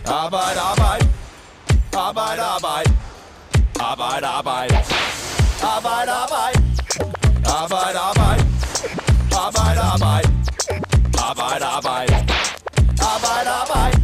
Arbejde, arbejde. Arbejde, arbejde. Arbejde, arbejde. Arbejde, arbejde. Arbejde, arbejde. Arbejde, arbejde. Arbejde, arbejde. Arbejde, arbejde.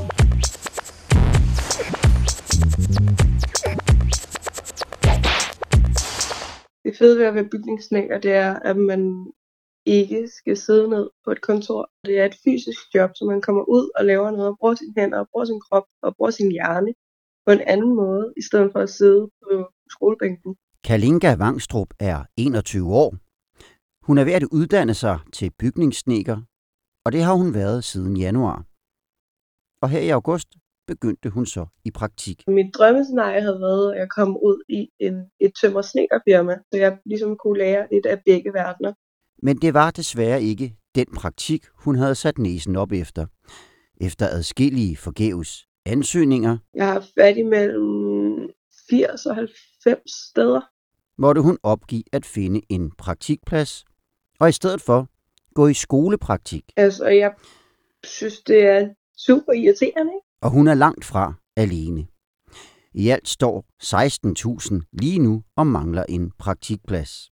Det fede ved at være bygningssnedker, det er, at man ikke skal sidde ned på et kontor. Det er et fysisk job, så man kommer ud og laver noget, og bruger sine hænder, og bruger sin krop, og bruger sin hjerne på en anden måde, i stedet for at sidde på skolebænken. Kalinka Vangstrup er 21 år. Hun er ved at uddanne sig til bygningssnedker, og det har hun været siden januar. Og her i august begyndte hun så i praktik. Mit drømmescenarie havde været, at jeg kom ud i et tømmersnedkerfirma, så jeg ligesom kunne lære lidt af begge verdener. Men det var desværre ikke den praktik, hun havde sat næsen op efter. Efter adskillige forgæves ansøgninger, Jeg har fat i mellem 80 og 90 steder. måtte hun opgive at finde en praktikplads, og i stedet for gå i skolepraktik. Altså, jeg synes, det er super irriterende, ikke? Og hun er langt fra alene. I alt står 16.000 lige nu og mangler en praktikplads.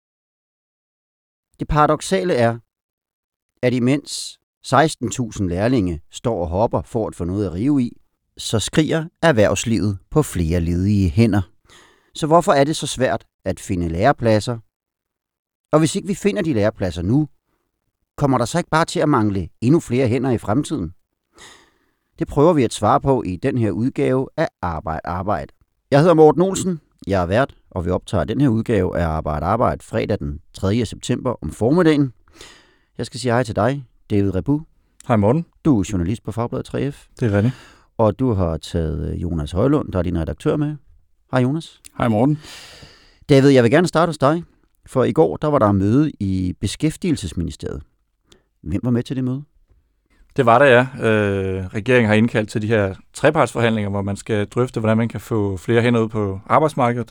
Det paradoksale er, at imens 16.000 lærlinge står og hopper for at få noget at rive i, så skriger erhvervslivet på flere ledige hænder. Så hvorfor er det så svært at finde lærepladser? Og hvis ikke vi finder de lærepladser nu, kommer der så ikke bare til at mangle endnu flere hænder i fremtiden? Det prøver vi at svare på i den her udgave af Arbejde. Jeg hedder Morten Olsen, jeg er vært, og vi optager den her udgave af Arbejde fredag den 3. september om formiddagen. Jeg skal sige hej til dig, David Rebu. Hej Morten. Du er journalist på Fagbladet 3F. Det er rigtigt. Og du har taget Jonas Højlund, der er din redaktør, med. Hej Jonas. Hej Morten. David, jeg vil gerne starte hos dig, for i går der var der møde i Beskæftigelsesministeriet. Hvem var med til det møde? Det var der, ja. Regeringen har indkaldt til de her trepartsforhandlinger, hvor man skal drøfte, hvordan man kan få flere hænder ud på arbejdsmarkedet.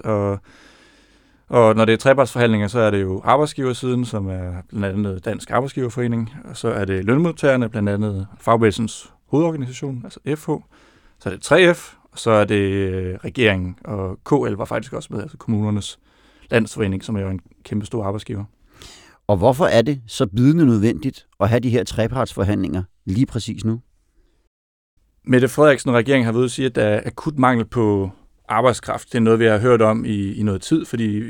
Og når det er trepartsforhandlinger, så er det jo arbejdsgiversiden, som er blandt andet Dansk Arbejdsgiverforening, og så er det lønmodtagerne, blandt andet Fagbevægelsens hovedorganisation, altså FH. Så er det 3F, og så er det regeringen, og KL var faktisk også med, altså Kommunernes Landsforening, som er jo en kæmpe stor arbejdsgiver. Og hvorfor er det så bydende nødvendigt at have de her trepartsforhandlinger lige præcis nu? Mette Frederiksen og regeringen har ved at sige, at der er akut mangel på arbejdskraft. Det er noget, vi har hørt om i noget tid, fordi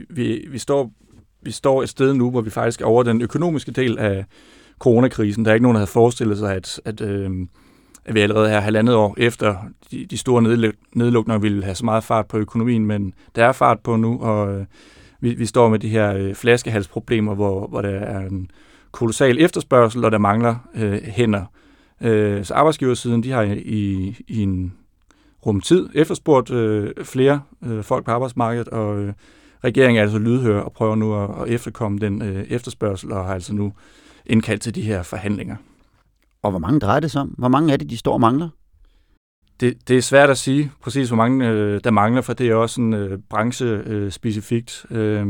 vi står et sted nu, hvor vi faktisk er over den økonomiske del af coronakrisen. Der er ikke nogen, der havde forestillet sig, at vi allerede her 1,5 år efter de store nedlukninger ville have så meget fart på økonomien, men der er fart på nu, og vi står med de her flaskehalsproblemer, hvor der er en kolossal efterspørgsel, og der mangler hænder. Så arbejdsgiversiden, de har i en rumtid efterspurgt flere folk på arbejdsmarkedet, og regeringen er altså lydhør og prøver nu at efterkomme den efterspørgsel, og har altså nu indkaldt til de her forhandlinger. Og hvor mange drejer det sig om? Hvor mange er det, de står og mangler? Det er svært at sige præcis, hvor mange der mangler, for det er også sådan branchespecifikt.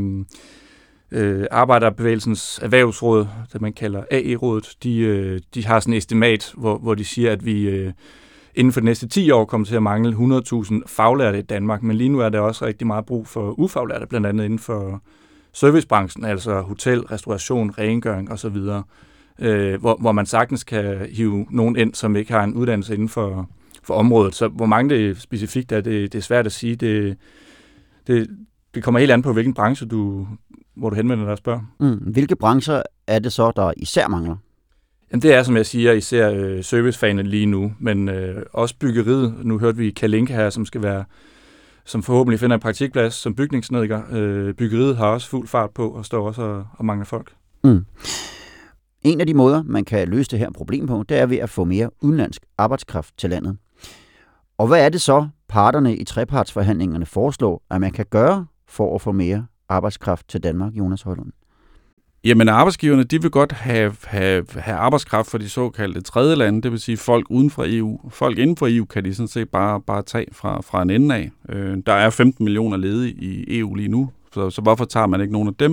Arbejderbevægelsens Erhvervsråd, det man kalder AE-rådet, de har sådan et estimat, hvor de siger, at vi inden for de næste 10 år kommer til at mangle 100.000 faglærte i Danmark, men lige nu er der også rigtig meget brug for ufaglærte, blandt andet inden for servicebranchen, altså hotel, restauration, rengøring osv., hvor man sagtens kan hive nogen ind, som ikke har en uddannelse inden for området. Så hvor mange det specifikt er, det er svært at sige. Det kommer helt an på, hvilken branche hvor du henvender dig og spørger. Hvilke brancher er det så, der især mangler? Jamen, det er, som jeg siger, især servicefagene lige nu, men også byggeriet. Nu hørte vi Kalinka her, som forhåbentlig finder en praktikplads som bygningssnedker. Byggeriet har også fuld fart på og står også og mangler folk. En af de måder, man kan løse det her problem på, det er ved at få mere udenlandsk arbejdskraft til landet. Og hvad er det så, parterne i trepartsforhandlingerne foreslår, at man kan gøre for at få mere arbejdskraft til Danmark, Jonas Højlund? Jamen, arbejdsgiverne, de vil godt have arbejdskraft for de såkaldte tredje lande, det vil sige folk uden for EU. Folk inden for EU kan de sådan set bare tage fra en ende af. Der er 15 millioner ledige i EU lige nu, så hvorfor tager man ikke nogen af dem?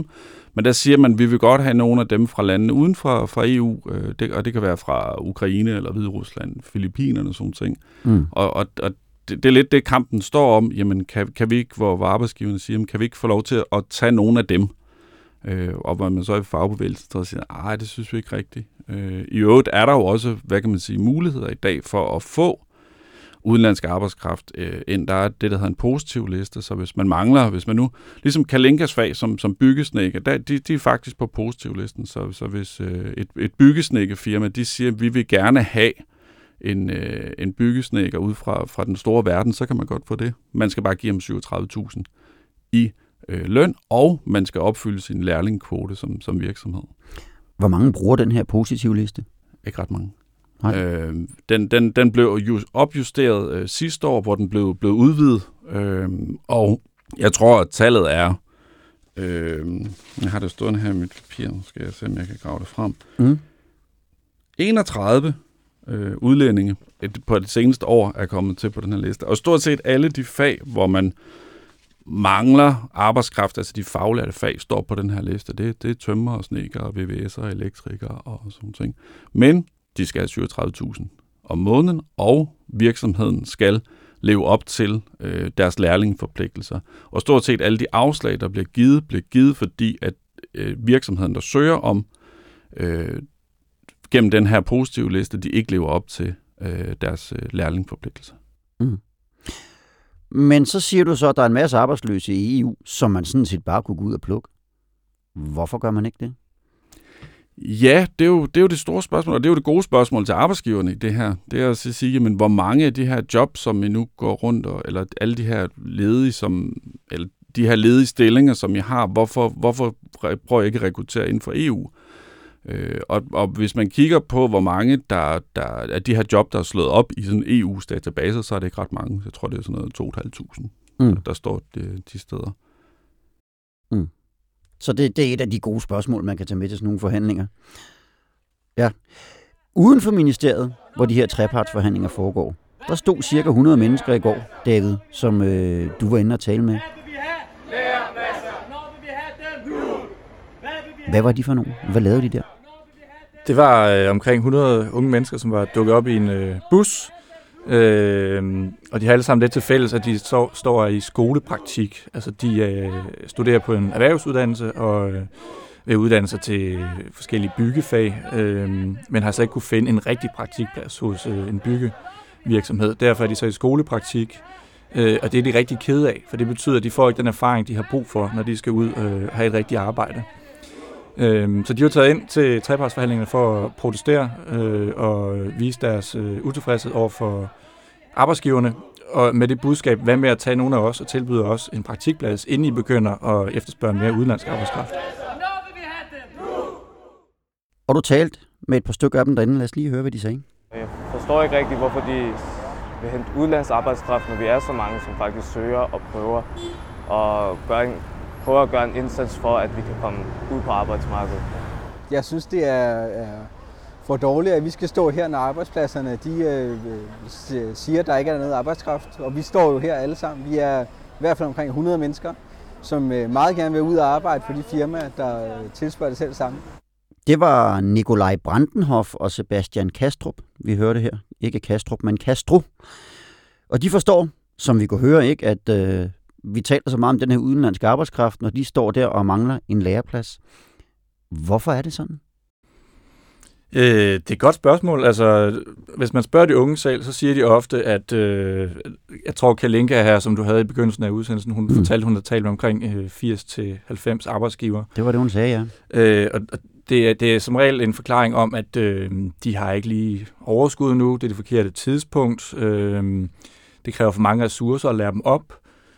Men der siger man, at vi vil godt have nogle af dem fra landene uden for EU, og det kan være fra Ukraine eller Hviderusland, Filippinerne og sådan ting. Og det er lidt det, kampen står om. Jamen, kan vi ikke, hvor arbejdsgiverne siger, kan vi ikke få lov til at tage nogle af dem? Og hvor man så i fagbevægelsen så siger, nej, det synes vi ikke rigtigt. I øvrigt er der jo også, hvad kan man sige, muligheder i dag for at få udenlandsk arbejdskraft ind. Der er det, der hedder en positiv liste, så hvis man nu, ligesom Kalinkas fag som byggesnedker, de er faktisk på positiv listen, så hvis et byggesnedkerfirma, de siger, at vi vil gerne have en byggesnedker ud fra den store verden, så kan man godt få det. Man skal bare give dem 37.000 i løn, og man skal opfylde sin lærlingekvote som virksomhed. Hvor mange bruger den her positive liste? Ikke ret mange. Den blev opjusteret sidste år, hvor den blev udvidet, og jeg tror, at tallet er, jeg har det stående her i mit papir, nu skal jeg se, om jeg kan grave det frem. 31 udlændinge på det seneste år er kommet til på den her liste, og stort set alle de fag, hvor man mangler arbejdskraft, altså de faglærte fag, står på den her liste. Det er tømrer og snedker og VVS'er og elektrikere og sådan ting. Men de skal have 37.000 om måneden, og virksomheden skal leve op til deres lærlingeforpligtelser. Og stort set alle de afslag, der bliver givet, fordi at virksomheden, der søger om gennem den her positive liste, de ikke lever op til deres lærlingeforpligtelser. Men så siger du så, at der er en masse arbejdsløse i EU, som man sådan set bare kunne gå ud og plukke. Hvorfor gør man ikke det? Ja, det er jo det store spørgsmål, og det er jo det gode spørgsmål til arbejdsgiverne i det her. Det er at sige, men hvor mange af de her jobs, som I nu går rundt, eller alle de her ledige, eller de her ledige stillinger, som I har, hvorfor prøver I ikke at rekruttere inden for EU? Og hvis man kigger på, hvor mange der af de her job, der er slået op i sådan EU's databaser, så er det ikke ret mange. Jeg tror, det er sådan noget 2.500, der står de steder. Så det er et af de gode spørgsmål, man kan tage med til sådan nogle forhandlinger. Ja. Uden for ministeriet, hvor de her trepartsforhandlinger foregår, der stod cirka 100 mennesker i går, David, som du var inde og tale med. Hvad var de for nogen? Hvad lavede de der? Det var omkring 100 unge mennesker, som var dukket op i en bus, og de har alle sammen det til fælles, at de står i skolepraktik. Altså de studerer på en erhvervsuddannelse og vil uddanne sig til forskellige byggefag, men har så ikke kunne finde en rigtig praktikplads hos en byggevirksomhed. Derfor er de så i skolepraktik, og det er de rigtig kede af, for det betyder, at de får ikke den erfaring, de har brug for, når de skal ud og have et rigtigt arbejde. Så de har taget ind til trepartsforhandlingerne for at protestere og vise deres utilfredshed over for arbejdsgiverne, og med det budskab, hvad med at tage nogle af os og tilbyde os en praktikplads, inden I begynder at efterspørge mere udenlandsk arbejdskraft. Og du talte med et par stykker af dem derinde. Lad os lige høre, hvad de sagde. Jeg forstår ikke rigtigt, hvorfor de vil hente udenlandsk arbejdskraft, når vi er så mange, som faktisk søger og prøver at gøre en indsats for, at vi kan komme ud på arbejdsmarkedet. Jeg synes, det er for dårligt, at vi skal stå her, når arbejdspladserne siger, at der ikke er noget arbejdskraft. Og vi står jo her alle sammen. Vi er i hvert fald omkring 100 mennesker, som meget gerne vil ud og arbejde for de firmaer, der tilspørger det selv sammen. Det var Nikolaj Brandenhoff og Sebastian Kastrup. Vi hørte her. Ikke Kastrup, men Castro. Og de forstår, som vi kunne høre, ikke, at vi taler så meget om den her udenlandske arbejdskraft, når de står der og mangler en læreplads. Hvorfor er det sådan? Det er et godt spørgsmål. Altså, hvis man spørger de unge selv, så siger de ofte, at jeg tror, Kalinka her, som du havde i begyndelsen af udsendelsen, hun fortalte, hun havde talt med omkring 80-90 arbejdsgiver. Det var det, hun sagde, ja. Og det er som regel en forklaring om, at de har ikke lige overskud nu. Det er det forkerte tidspunkt. Det kræver for mange ressourcer at lære dem op.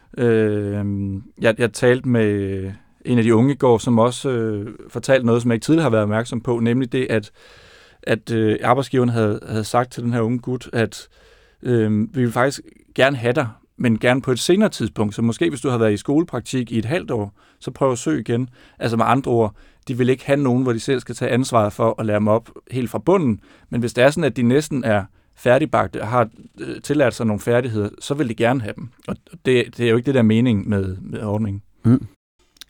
Jeg talte med en af de unge i går, som også fortalte noget, som jeg ikke tidligere har været opmærksom på, nemlig det, at arbejdsgiveren havde sagt til den her unge gut, at vi vil faktisk gerne have dig, men gerne på et senere tidspunkt. Så måske hvis du har været i skolepraktik i et halvt år, så prøv at søge igen. Altså med andre ord, de vil ikke have nogen, hvor de selv skal tage ansvaret for at lære dem op helt fra bunden. Men hvis det er sådan, at de næsten er færdigbagte og har tillært sig nogle færdigheder, så vil de gerne have dem. Og det er jo ikke det der mening med ordningen.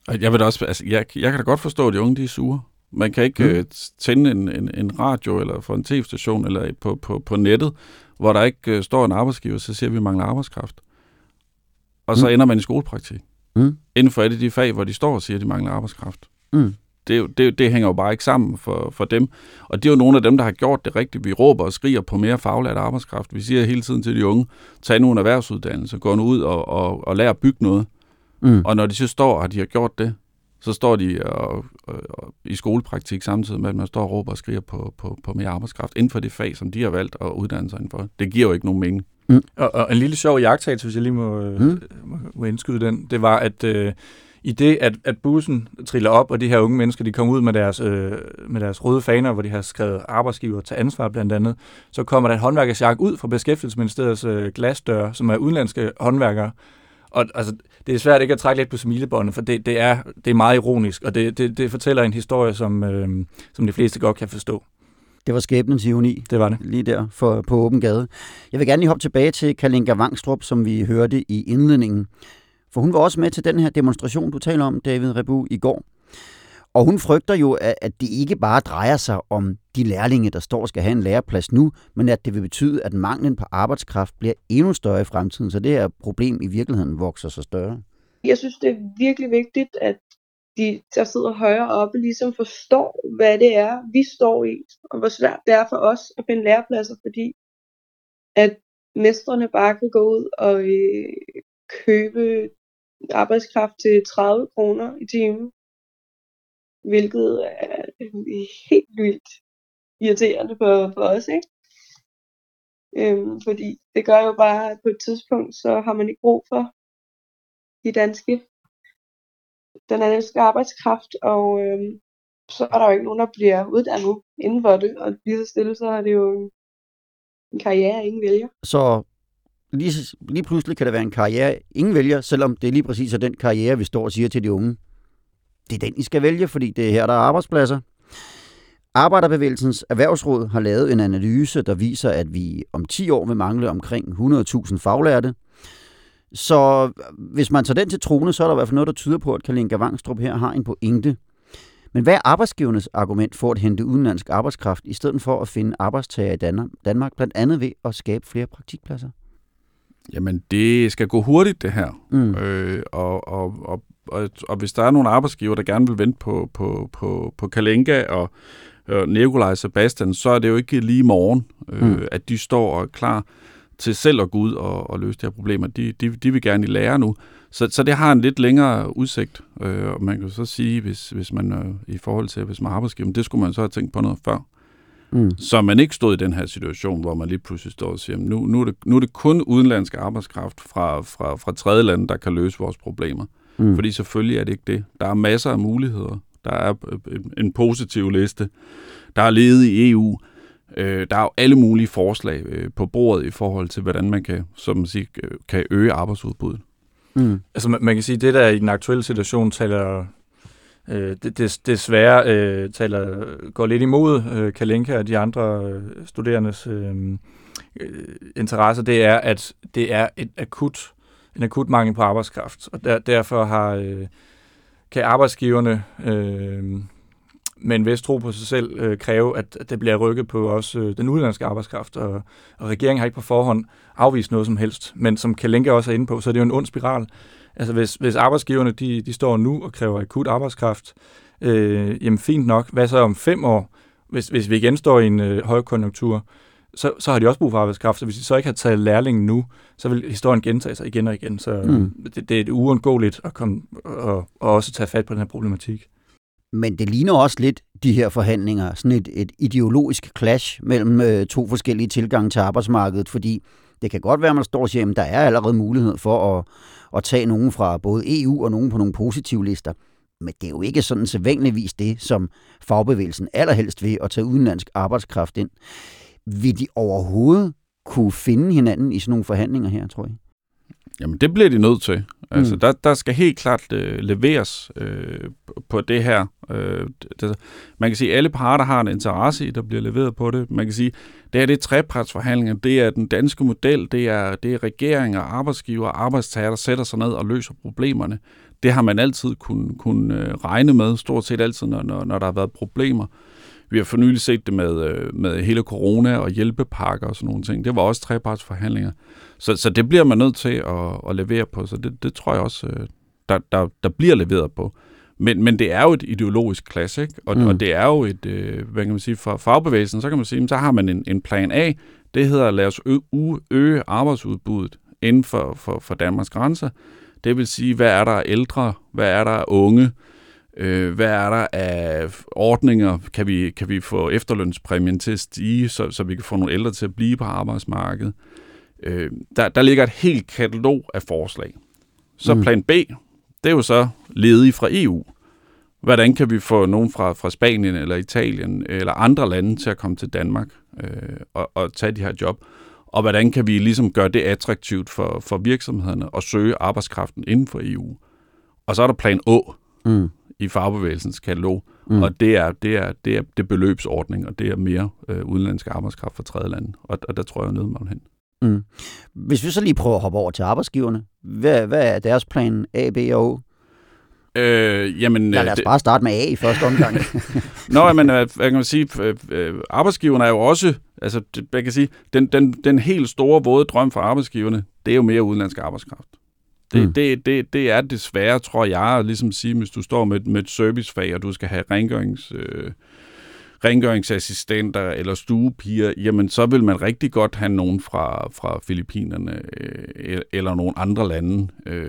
Og jeg vil da også, altså, jeg kan da godt forstå, at de unge de er sure. Man kan ikke tænde en radio eller få en tv-station eller på nettet, hvor der ikke står en arbejdsgiver, så siger vi, at vi mangler arbejdskraft. Og så ender man i skolepraktik. Inden for de fag, hvor de står og siger, at de mangler arbejdskraft. Det hænger jo bare ikke sammen for dem. Og det er jo nogle af dem, der har gjort det rigtigt. Vi råber og skriger på mere faglært arbejdskraft. Vi siger hele tiden til de unge, tag nu en erhvervsuddannelse, gå nu ud og lær at bygge noget. Og når de så står, og de har gjort det, så står de i skolepraktik samtidig med, at man står og råber og skriger på mere arbejdskraft inden for det fag, som de har valgt at uddanne sig indenfor. Det giver jo ikke nogen mening. Og en lille sjov iagttagelse, hvis jeg lige må indskyde den, det var, at i det, at bussen triller op, og de her unge mennesker, de kommer ud med deres røde faner, hvor de har skrevet arbejdsgiver til ansvar blandt andet, så kommer der et håndværkersjak ud fra Beskæftigelsesministeriets glasdør, som er udenlandske håndværkere. Og altså, det er svært ikke at trække lidt på smilebåndet, for det er meget ironisk, og det fortæller en historie, som de fleste godt kan forstå. Det var skæbnens ironi. Det var det. Lige der på åben gade. Jeg vil gerne lige hoppe tilbage til Kalinka Vangstrup, som vi hørte i indledningen. For hun var også med til den her demonstration, du taler om, David Rebu, i går. Og hun frygter jo, at det ikke bare drejer sig om de lærlinge, der står og skal have en læreplads nu, men at det vil betyde, at manglen på arbejdskraft bliver endnu større i fremtiden, så det her problem i virkeligheden vokser så større. Jeg synes, det er virkelig vigtigt, at de, der sidder højere oppe, ligesom forstår, hvad det er, vi står i, og hvor svært det er for os at finde lærepladser, fordi at mestrene bare kan gå ud og købe arbejdskraft til 30 kroner i timen, hvilket er helt vildt irriterende for os, ikke? Fordi det gør jo bare, at på et tidspunkt, så har man ikke brug for den danske arbejdskraft, og så er der jo ikke nogen, der bliver uddannet inden for det, og lige så stille, så er det jo en karriere, ingen vælger. Så lige pludselig kan det være en karriere, ingen vælger, selvom det er lige præcis den karriere, vi står og siger til de unge. Det er den, I skal vælge, fordi det er her, der er arbejdspladser. Arbejderbevægelsens Erhvervsråd har lavet en analyse, der viser, at vi om 10 år vil mangle omkring 100.000 faglærte. Så hvis man tager den til trone, så er der i hvert fald noget, der tyder på, at Kalinka Vangstrup her har en pointe. Men hvad er arbejdsgivernes argument for at hente udenlandsk arbejdskraft, i stedet for at finde arbejdstager i Danmark, blandt andet ved at skabe flere praktikpladser? Jamen, det skal gå hurtigt, det her. Og hvis der er nogle arbejdsgiver, der gerne vil vente på Kalinka og Nikolaj Sebastian, så er det jo ikke lige i morgen, at de står og er klar til selv at gå ud og løse de her problemer. De vil gerne i lære nu. Så det har en lidt længere udsigt. Og man kan så sige, hvis man i forhold til, hvis man er arbejdsgiver, det skulle man så have tænkt på noget før. Så man ikke stod i den her situation, hvor man lige pludselig står og siger, nu er det kun udenlandsk arbejdskraft fra tredje lande, der kan løse vores problemer. Fordi selvfølgelig er det ikke det. Der er masser af muligheder. Der er en positiv liste. Der er ledet i EU. Der er jo alle mulige forslag på bordet i forhold til, hvordan man kan, som man siger, kan øge arbejdsudbuddet. Altså man kan sige, det der i den aktuelle situation taler desværre går lidt imod Kalinka og de andre studerendes interesser, det er, at det er en akut mangel på arbejdskraft. Og derfor kan arbejdsgiverne med en vis tro på sig selv kræve, at det bliver rykket på også den udenlandske arbejdskraft. Og regeringen har ikke på forhånd afvist noget som helst. Men som Kalinka også er inde på, så er det jo en ond spiral. Altså hvis arbejdsgiverne de står nu og kræver akut arbejdskraft, jamen fint nok. Hvad så om 5 år, hvis vi igen står i en højkonjunktur, så har de også brug for arbejdskraft. Så hvis de så ikke har taget lærlingen nu, så vil historien gentage sig igen og igen. Så det er uundgåeligt at komme og også tage fat på den her problematik. Men det ligner også lidt de her forhandlinger, sådan et ideologisk clash mellem to forskellige tilgange til arbejdsmarkedet, fordi det kan godt være, at man står og siger, at der er allerede mulighed for at tage nogen fra både EU og nogen på nogle positive lister. Men det er jo ikke sådan sædvanligvis det, som fagbevægelsen allerhelst vil at tage udenlandsk arbejdskraft ind. Vil de overhovedet kunne finde hinanden i sådan nogle forhandlinger her, tror jeg? Jamen, det bliver de nødt til. Altså, der skal helt klart leveres på det her. Man kan sige, at alle parter har en interesse i, der bliver leveret på det. Man kan sige, det er trepartsforhandlinger, det er den danske model, det er regeringer, arbejdsgiver og arbejdstager, der sætter sig ned og løser problemerne. Det har man altid kunne regne med, stort set altid, når der har været problemer. Vi har for nylig set det med hele corona og hjælpepakker og sådan nogle ting. Det var også trepartsforhandlinger. Så det bliver man nødt til at levere på. Så det tror jeg også, der bliver leveret på. Men det er jo et ideologisk klass, ikke? Og det er jo et, hvad kan man sige, for fagbevægelsen, så kan man sige, så har man en plan A. Det hedder at lade os øge arbejdsudbuddet inden for Danmarks grænser. Det vil sige, hvad er der af ældre, hvad er der af unge, hvad er der af ordninger, kan vi få efterlønspræmien til at stige, så vi kan få nogle ældre til at blive på arbejdsmarkedet. Der ligger et helt katalog af forslag. Så plan B, det er jo så ledige fra EU. Hvordan kan vi få nogen fra Spanien eller Italien eller andre lande til at komme til Danmark og tage de her job? Og hvordan kan vi ligesom gøre det attraktivt for virksomhederne at søge arbejdskraften inden for EU? Og så er der plan Å i fagbevægelsens katalog, og det er beløbsordning, og det er mere udenlandsk arbejdskraft fra tredje lande. Og der tror jeg nødt man hen. Hvis vi så lige prøver at hoppe over til arbejdsgiverne, hvad er deres plan A, B og O? Lad os bare starte med A i første omgang. Men hvad kan man sige, arbejdsgiverne er jo også, altså jeg kan sige, den helt store våde drøm for arbejdsgiverne, det er jo mere udenlandsk arbejdskraft. Det er desværre, tror jeg, ligesom sige, hvis du står med et servicefag, og du skal have rengøringsassistenter eller stuepiger, jamen så vil man rigtig godt have nogen fra Filippinerne eller nogle andre lande.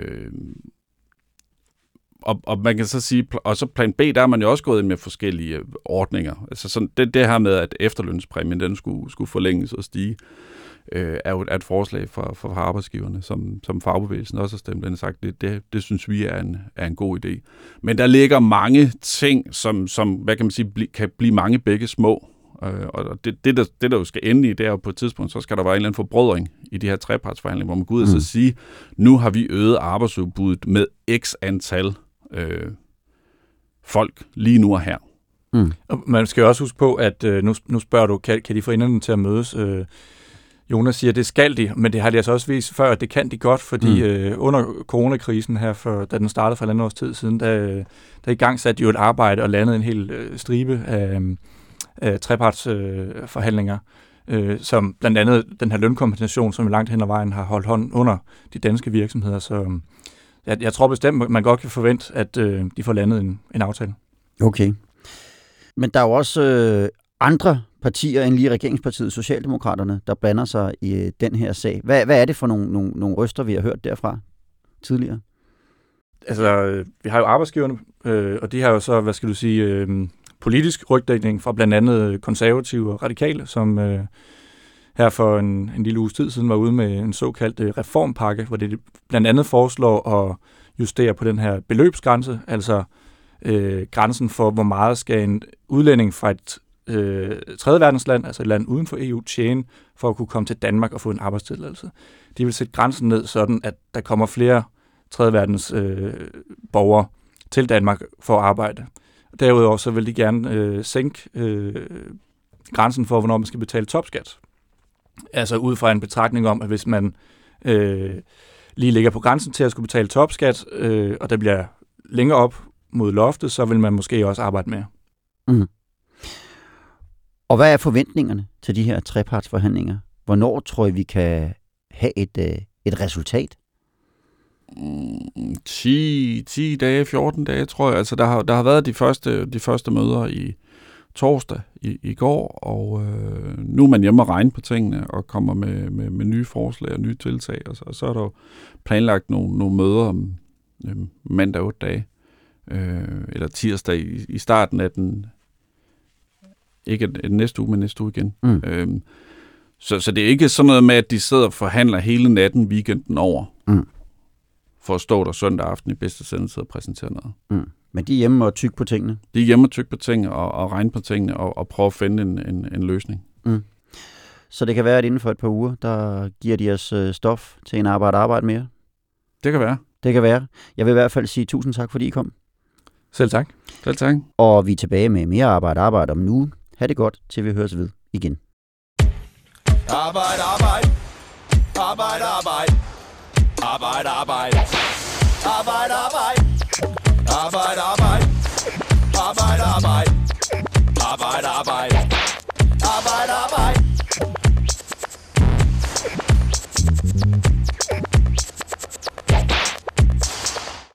Og man kan så sige, og så plan B, der er man jo også gået ind med forskellige ordninger. Altså sådan, det her med, at efterlønspræmien, den skulle forlænges og stige, er jo et forslag for arbejdsgiverne, som fagbevægelsen også har stemt ind og sagt, det synes vi er en god idé. Men der ligger mange ting, som hvad kan man sige, kan blive mange begge små. Og det der jo skal ende i, det er jo på et tidspunkt, så skal der være en eller anden forbrødring i de her trepartsforhandlinger, hvor man går ud og så sige, nu har vi øget arbejdsudbuddet med x antal folk lige nu og her. Og man skal jo også huske på, at nu spørger du, kan de få enderne til at mødes? Jonas siger, det skal de, men det har de altså også vist før, at det kan de godt, fordi under coronakrisen her, da den startede for 1,5 års tid siden, der i gang satte de jo et arbejde og landede en hel stribe af trepartsforhandlinger, som blandt andet den her lønkompensation, som langt hen ad vejen har holdt hånd under de danske virksomheder. Så jeg tror bestemt, man godt kan forvente, at de får landet en aftale. Okay. Men der er jo også andre partier end lige regeringspartiet Socialdemokraterne, der blander sig i den her sag. Hvad er det for nogle røster, vi har hørt derfra tidligere? Altså, vi har jo arbejdsgiverne, og de har jo så, hvad skal du sige, politisk rygdækning fra blandt andet konservative og radikale, som her for en lille uges tid siden var ude med en såkaldt reformpakke, hvor det blandt andet foreslår at justere på den her beløbsgrænse, altså grænsen for, hvor meget skal en udlænding fra et tredje verdensland, altså et land uden for EU, tjene for at kunne komme til Danmark og få en arbejdstilladelse. De vil sætte grænsen ned, sådan at der kommer flere tredje verdens borgere til Danmark for at arbejde. Derudover så vil de gerne sænke grænsen for, hvornår man skal betale topskat. Altså ud fra en betragtning om, at hvis man lige ligger på grænsen til at skulle betale topskat, og der bliver længere op mod loftet, så vil man måske også arbejde mere. Og hvad er forventningerne til de her trepartsforhandlinger? Hvornår tror I, vi kan have et resultat? 10 dage, 14 dage, tror jeg. Altså, der har været de første møder i torsdag i går, og nu er man hjemme og regne på tingene og kommer med nye forslag og nye tiltag, og så er der jo planlagt nogle møder om mandag 8 dage, eller tirsdag i starten af den, ikke næste uge, men næste uge igen. Så det er ikke sådan noget med, at de sidder og forhandler hele natten, weekenden over, for at stå der søndag aften i bedste sendelse og præsentere noget. Men de er hjemme og tykke på tingene? De er hjemme og tykke på tingene og regne på tingene og prøve at finde en løsning. Så det kan være, at inden for et par uger, der giver de os stof til en arbejde mere? Det kan være. Det kan være. Jeg vil i hvert fald sige tusind tak, fordi I kom. Selv tak. Selv tak. Og vi er tilbage med mere arbejde om en uge. Ha' det godt, til vi høres ved igen. Arbejde. Arbejde. Arbejde, arbejde. Arbejde, arbejde. Arbejde, arbejde. Arbejde, arbejde.